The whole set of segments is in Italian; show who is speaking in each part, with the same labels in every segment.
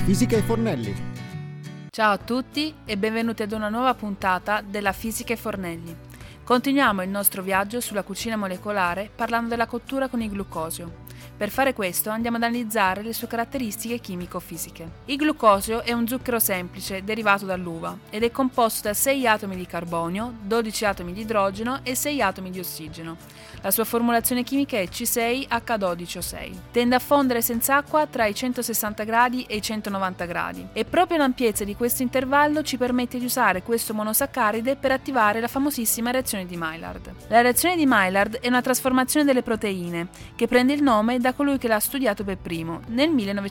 Speaker 1: Fisica ai Fornelli.
Speaker 2: Ciao a tutti e benvenuti ad una nuova puntata della Fisica ai Fornelli. Continuiamo il nostro viaggio sulla cucina molecolare parlando della cottura con il glucosio. Per fare questo andiamo ad analizzare le sue caratteristiche chimico-fisiche. Il glucosio è un zucchero semplice derivato dall'uva ed è composto da 6 atomi di carbonio, 12 atomi di idrogeno e 6 atomi di ossigeno. La sua formulazione chimica è C6H12O6. Tende a fondere senza acqua tra i 160 gradi e i 190 gradi e proprio l'ampiezza di questo intervallo ci permette di usare questo monosaccaride per attivare la famosissima reazione di Maillard. La reazione di Maillard è una trasformazione delle proteine che prende il nome da colui che l'ha studiato per primo, nel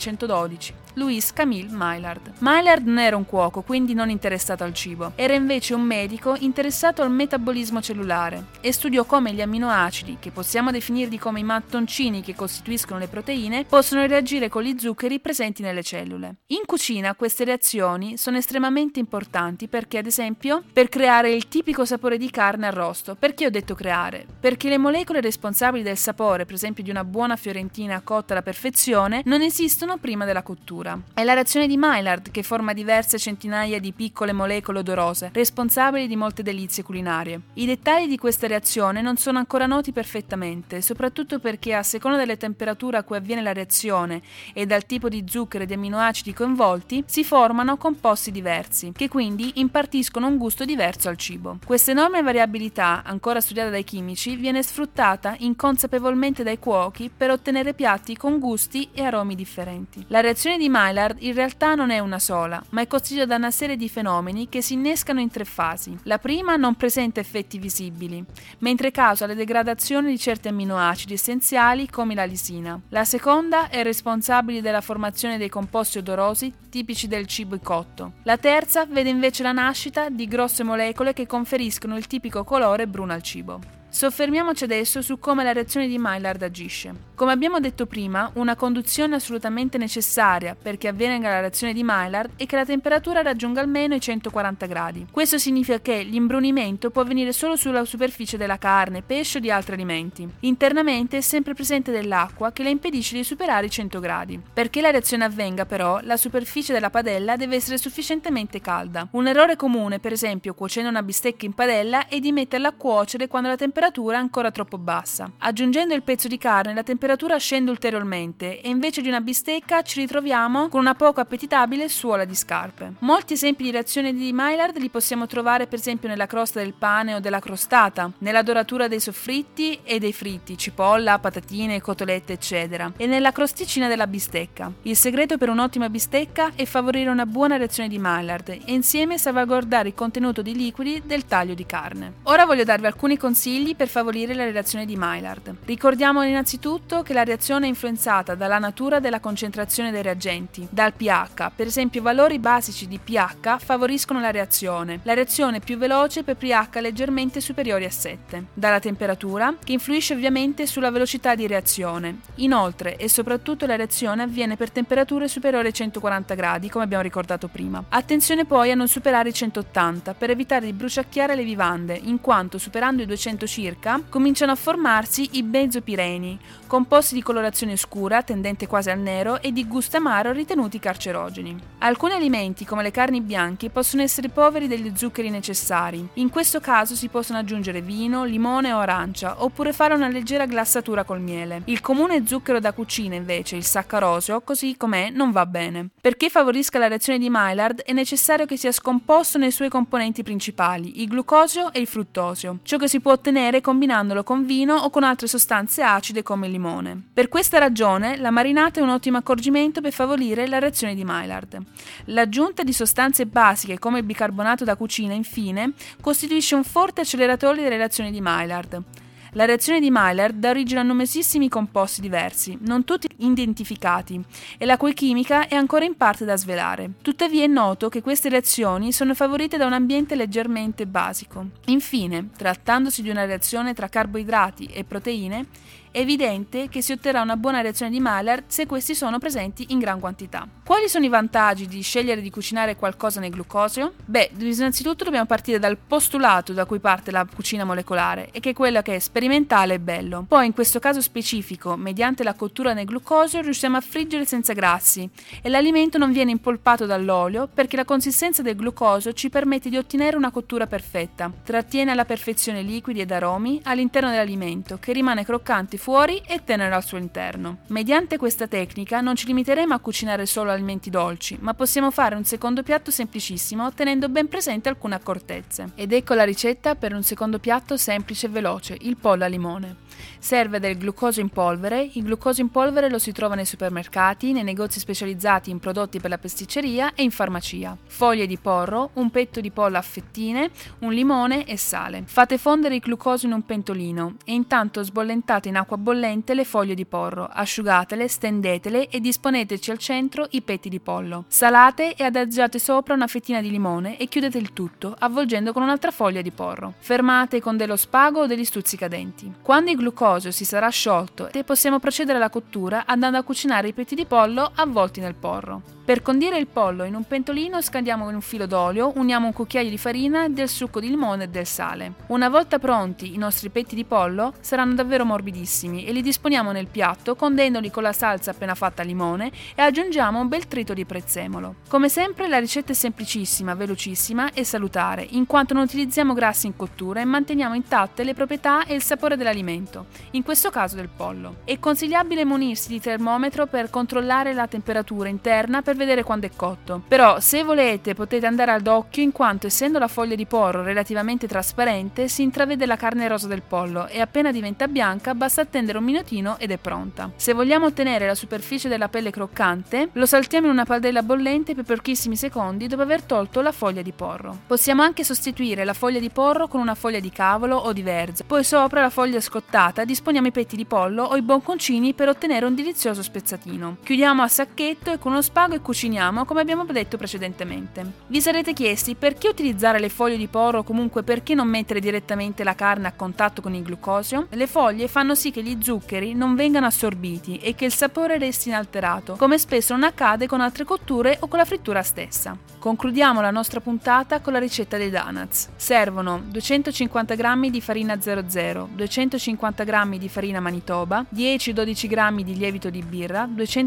Speaker 2: 1912, Louis Camille Maillard. Maillard non era un cuoco, quindi non interessato al cibo, era invece un medico interessato al metabolismo cellulare e studiò come gli amminoacidi, che possiamo definirli come i mattoncini che costituiscono le proteine, possono reagire con gli zuccheri presenti nelle cellule. In cucina queste reazioni sono estremamente importanti perché, ad esempio, per creare il tipico sapore di carne arrosto. Perché ho detto creare? Perché le molecole responsabili del sapore, per esempio di una buona fiorentina cotta alla perfezione, non esistono prima della cottura. È la reazione di Maillard che forma diverse centinaia di piccole molecole odorose, responsabili di molte delizie culinarie. I dettagli di questa reazione non sono ancora noti perfettamente, soprattutto perché a seconda delle temperature a cui avviene la reazione e dal tipo di zucchero e di amminoacidi coinvolti, si formano composti diversi, che quindi impartiscono un gusto diverso al cibo. Questa enorme variabilità, ancora studiata dai chimici, viene sfruttata inconsapevolmente dai cuochi per ottenere piatti con gusti e aromi differenti. La reazione di Maillard in realtà non è una sola, ma è costituita da una serie di fenomeni che si innescano in 3 fasi. La prima non presenta effetti visibili, mentre causa la degradazione di certi amminoacidi essenziali come la lisina. La seconda è responsabile della formazione dei composti odorosi tipici del cibo cotto. La terza vede invece la nascita di grosse molecole che conferiscono il tipico colore bruno al cibo. Soffermiamoci adesso su come la reazione di Maillard agisce. Come abbiamo detto prima, una conduzione assolutamente necessaria perché avvenga la reazione di Maillard è che la temperatura raggiunga almeno i 140 gradi. Questo significa che l'imbrunimento può avvenire solo sulla superficie della carne, pesce o di altri alimenti. Internamente è sempre presente dell'acqua che le impedisce di superare i 100 gradi. Perché la reazione avvenga, però, la superficie della padella deve essere sufficientemente calda. Un errore comune, per esempio, cuocendo una bistecca in padella, è di metterla a cuocere quando la temperatura è ancora troppo bassa. Aggiungendo il pezzo di carne la temperatura scende ulteriormente e invece di una bistecca ci ritroviamo con una poco appetitabile suola di scarpe. Molti esempi di reazione di Maillard li possiamo trovare per esempio nella crosta del pane o della crostata, nella doratura dei soffritti e dei fritti, cipolla, patatine, cotolette eccetera, e nella crosticina della bistecca. Il segreto per un'ottima bistecca è favorire una buona reazione di Maillard e insieme salvaguardare il contenuto di liquidi del taglio di carne. Ora voglio darvi alcuni consigli per favorire la reazione di Maillard. Ricordiamo innanzitutto che la reazione è influenzata dalla natura della concentrazione dei reagenti, dal pH. Per esempio, valori basici di pH favoriscono la reazione. La reazione è più veloce per pH leggermente superiori a 7. Dalla temperatura, che influisce ovviamente sulla velocità di reazione. Inoltre, e soprattutto, la reazione avviene per temperature superiori ai 140 gradi, come abbiamo ricordato prima. Attenzione poi a non superare i 180 per evitare di bruciacchiare le vivande, in quanto superando i 200 circa, cominciano a formarsi i benzopireni, composti di colorazione scura, tendente quasi al nero, e di gusto amaro ritenuti carcerogeni. Alcuni alimenti, come le carni bianche, possono essere poveri degli zuccheri necessari. In questo caso si possono aggiungere vino, limone o arancia, oppure fare una leggera glassatura col miele. Il comune zucchero da cucina, invece, il saccarosio, così com'è, non va bene. Perché favorisca la reazione di Maillard è necessario che sia scomposto nei suoi componenti principali, il glucosio e il fruttosio, ciò che si può ottenere combinandolo con vino o con altre sostanze acide come il limone. Per questa ragione la marinata è un ottimo accorgimento per favorire la reazione di Maillard. L'aggiunta di sostanze basiche come il bicarbonato da cucina, infine, costituisce un forte acceleratore delle reazioni di Maillard. La reazione di Maillard dà origine a numerosissimi composti diversi, non tutti identificati, e la cui chimica è ancora in parte da svelare. Tuttavia è noto che queste reazioni sono favorite da un ambiente leggermente basico. Infine, trattandosi di una reazione tra carboidrati e proteine, È evidente che si otterrà una buona reazione di Maillard se questi sono presenti in gran quantità. Quali sono i vantaggi di scegliere di cucinare qualcosa nel glucosio? Innanzitutto dobbiamo partire dal postulato da cui parte la cucina molecolare e che è quello che è sperimentale e bello. Poi in questo caso specifico, mediante la cottura nel glucosio riusciamo a friggere senza grassi e l'alimento non viene impolpato dall'olio perché la consistenza del glucosio ci permette di ottenere una cottura perfetta. Trattiene alla perfezione liquidi ed aromi all'interno dell'alimento che rimane croccante fuori e tenero al suo interno. Mediante questa tecnica non ci limiteremo a cucinare solo alimenti dolci, ma possiamo fare un secondo piatto semplicissimo tenendo ben presente alcune accortezze. Ed ecco la ricetta per un secondo piatto semplice e veloce, il pollo al limone. Serve del glucosio in polvere. Il glucosio in polvere lo si trova nei supermercati, nei negozi specializzati in prodotti per la pasticceria e in farmacia. Foglie di porro, un petto di pollo a fettine, un limone e sale. Fate fondere il glucosio in un pentolino e intanto sbollentate in acqua bollente le foglie di porro, asciugatele, stendetele e disponeteci al centro i petti di pollo. Salate e adagiate sopra una fettina di limone e chiudete il tutto avvolgendo con un'altra foglia di porro. Fermate con dello spago o degli stuzzicadenti. Quando il glucosio si sarà sciolto, possiamo procedere alla cottura andando a cucinare i petti di pollo avvolti nel porro. Per condire il pollo in un pentolino scandiamo un filo d'olio, uniamo un cucchiaio di farina, del succo di limone e del sale. Una volta pronti i nostri petti di pollo saranno davvero morbidissimi e li disponiamo nel piatto condendoli con la salsa appena fatta al limone e aggiungiamo un bel trito di prezzemolo. Come sempre la ricetta è semplicissima, velocissima e salutare in quanto non utilizziamo grassi in cottura e manteniamo intatte le proprietà e il sapore dell'alimento, in questo caso del pollo. È consigliabile munirsi di termometro per controllare la temperatura interna per vedere quando è cotto. Però se volete potete andare ad occhio in quanto essendo la foglia di porro relativamente trasparente si intravede la carne rosa del pollo e appena diventa bianca basta attendere un minutino ed è pronta. Se vogliamo ottenere la superficie della pelle croccante lo saltiamo in una padella bollente per pochissimi secondi dopo aver tolto la foglia di porro. Possiamo anche sostituire la foglia di porro con una foglia di cavolo o di verza, poi sopra la foglia scottata disponiamo i petti di pollo o i bocconcini per ottenere un delizioso spezzatino. Chiudiamo a sacchetto e con uno spago e cuciniamo come abbiamo detto precedentemente. Vi sarete chiesti perché utilizzare le foglie di porro o comunque perché non mettere direttamente la carne a contatto con il glucosio? Le foglie fanno sì che gli zuccheri non vengano assorbiti e che il sapore resti inalterato, come spesso non accade con altre cotture o con la frittura stessa. Concludiamo la nostra puntata con la ricetta dei donuts. Servono 250 g di farina 00, 250 g di farina Manitoba, 10-12 g di lievito di birra,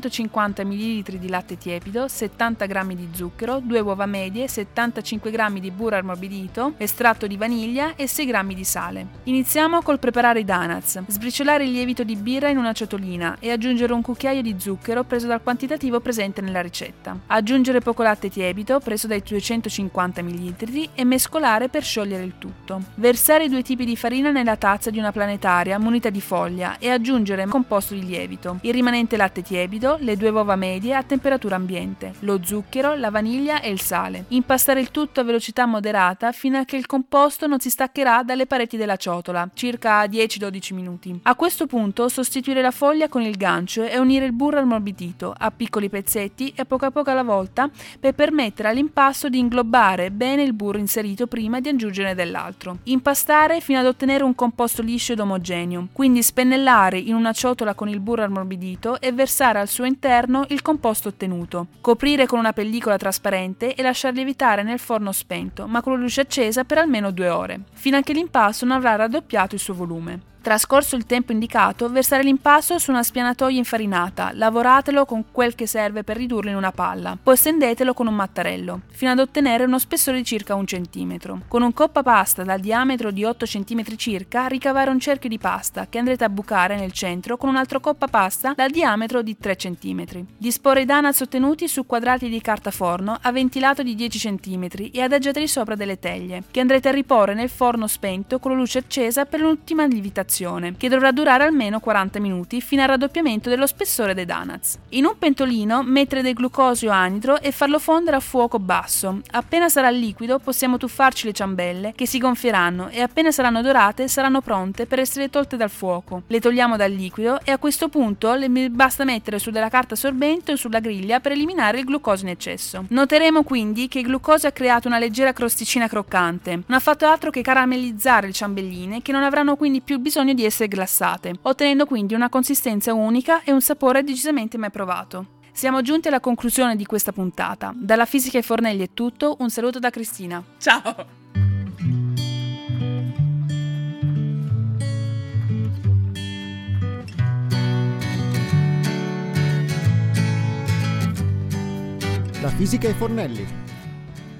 Speaker 2: 250 ml di latte tiepido, 70 g di zucchero, 2 uova medie, 75 g di burro ammorbidito, estratto di vaniglia e 6 g di sale. Iniziamo col preparare i donuts. Sbriciolare il lievito di birra in una ciotolina e aggiungere un cucchiaio di zucchero preso dal quantitativo presente nella ricetta. Aggiungere poco latte tiepido preso dai 250 ml e mescolare per sciogliere il tutto. Versare i due tipi di farina nella tazza di una planetaria munita di foglia e aggiungere composto di lievito, il rimanente latte tiepido, le 2 uova medie a temperatura ambiente, lo zucchero, la vaniglia e il sale. Impastare il tutto a velocità moderata fino a che il composto non si staccherà dalle pareti della ciotola, circa 10-12 minuti. A questo punto sostituire la foglia con il gancio e unire il burro ammorbidito a piccoli pezzetti e a poco alla volta per permettere all'impasto di inglobare bene il burro inserito prima di aggiungerne dell'altro. Impastare fino ad ottenere un composto liscio ed omogeneo, quindi spennellare in una ciotola con il burro ammorbidito e versare al suo interno il composto ottenuto. Coprire con una pellicola trasparente e lasciar lievitare nel forno spento, ma con la luce accesa per almeno 2 ore, fino a che l'impasto non avrà raddoppiato il suo volume. Trascorso il tempo indicato, versare l'impasto su una spianatoia infarinata, lavoratelo con quel che serve per ridurlo in una palla, poi stendetelo con un mattarello, fino ad ottenere uno spessore di circa 1 cm. Con un coppa pasta dal diametro di 8 cm circa, ricavare un cerchio di pasta che andrete a bucare nel centro con un altro coppa pasta dal diametro di 3 cm. Disporre i donuts ottenuti su quadrati di carta forno a ventilato di 10 cm e adagiateli sopra delle teglie, che andrete a riporre nel forno spento con la luce accesa per l'ultima lievitazione, che dovrà durare almeno 40 minuti fino al raddoppiamento dello spessore dei donuts. In un pentolino mettere del glucosio anidro e farlo fondere a fuoco basso. Appena sarà liquido possiamo tuffarci le ciambelle che si gonfieranno e appena saranno dorate saranno pronte per essere tolte dal fuoco. Le togliamo dal liquido e a questo punto le basta mettere su della carta assorbente o sulla griglia per eliminare il glucosio in eccesso. Noteremo quindi che il glucosio ha creato una leggera crosticina croccante. Non ha fatto altro che caramellizzare le ciambelline che non avranno quindi più bisogno bisogno di essere glassate, ottenendo quindi una consistenza unica e un sapore decisamente mai provato. Siamo giunti alla conclusione di questa puntata. Dalla Fisica ai Fornelli è tutto, un saluto da Cristina.
Speaker 1: Ciao!
Speaker 3: La Fisica ai Fornelli.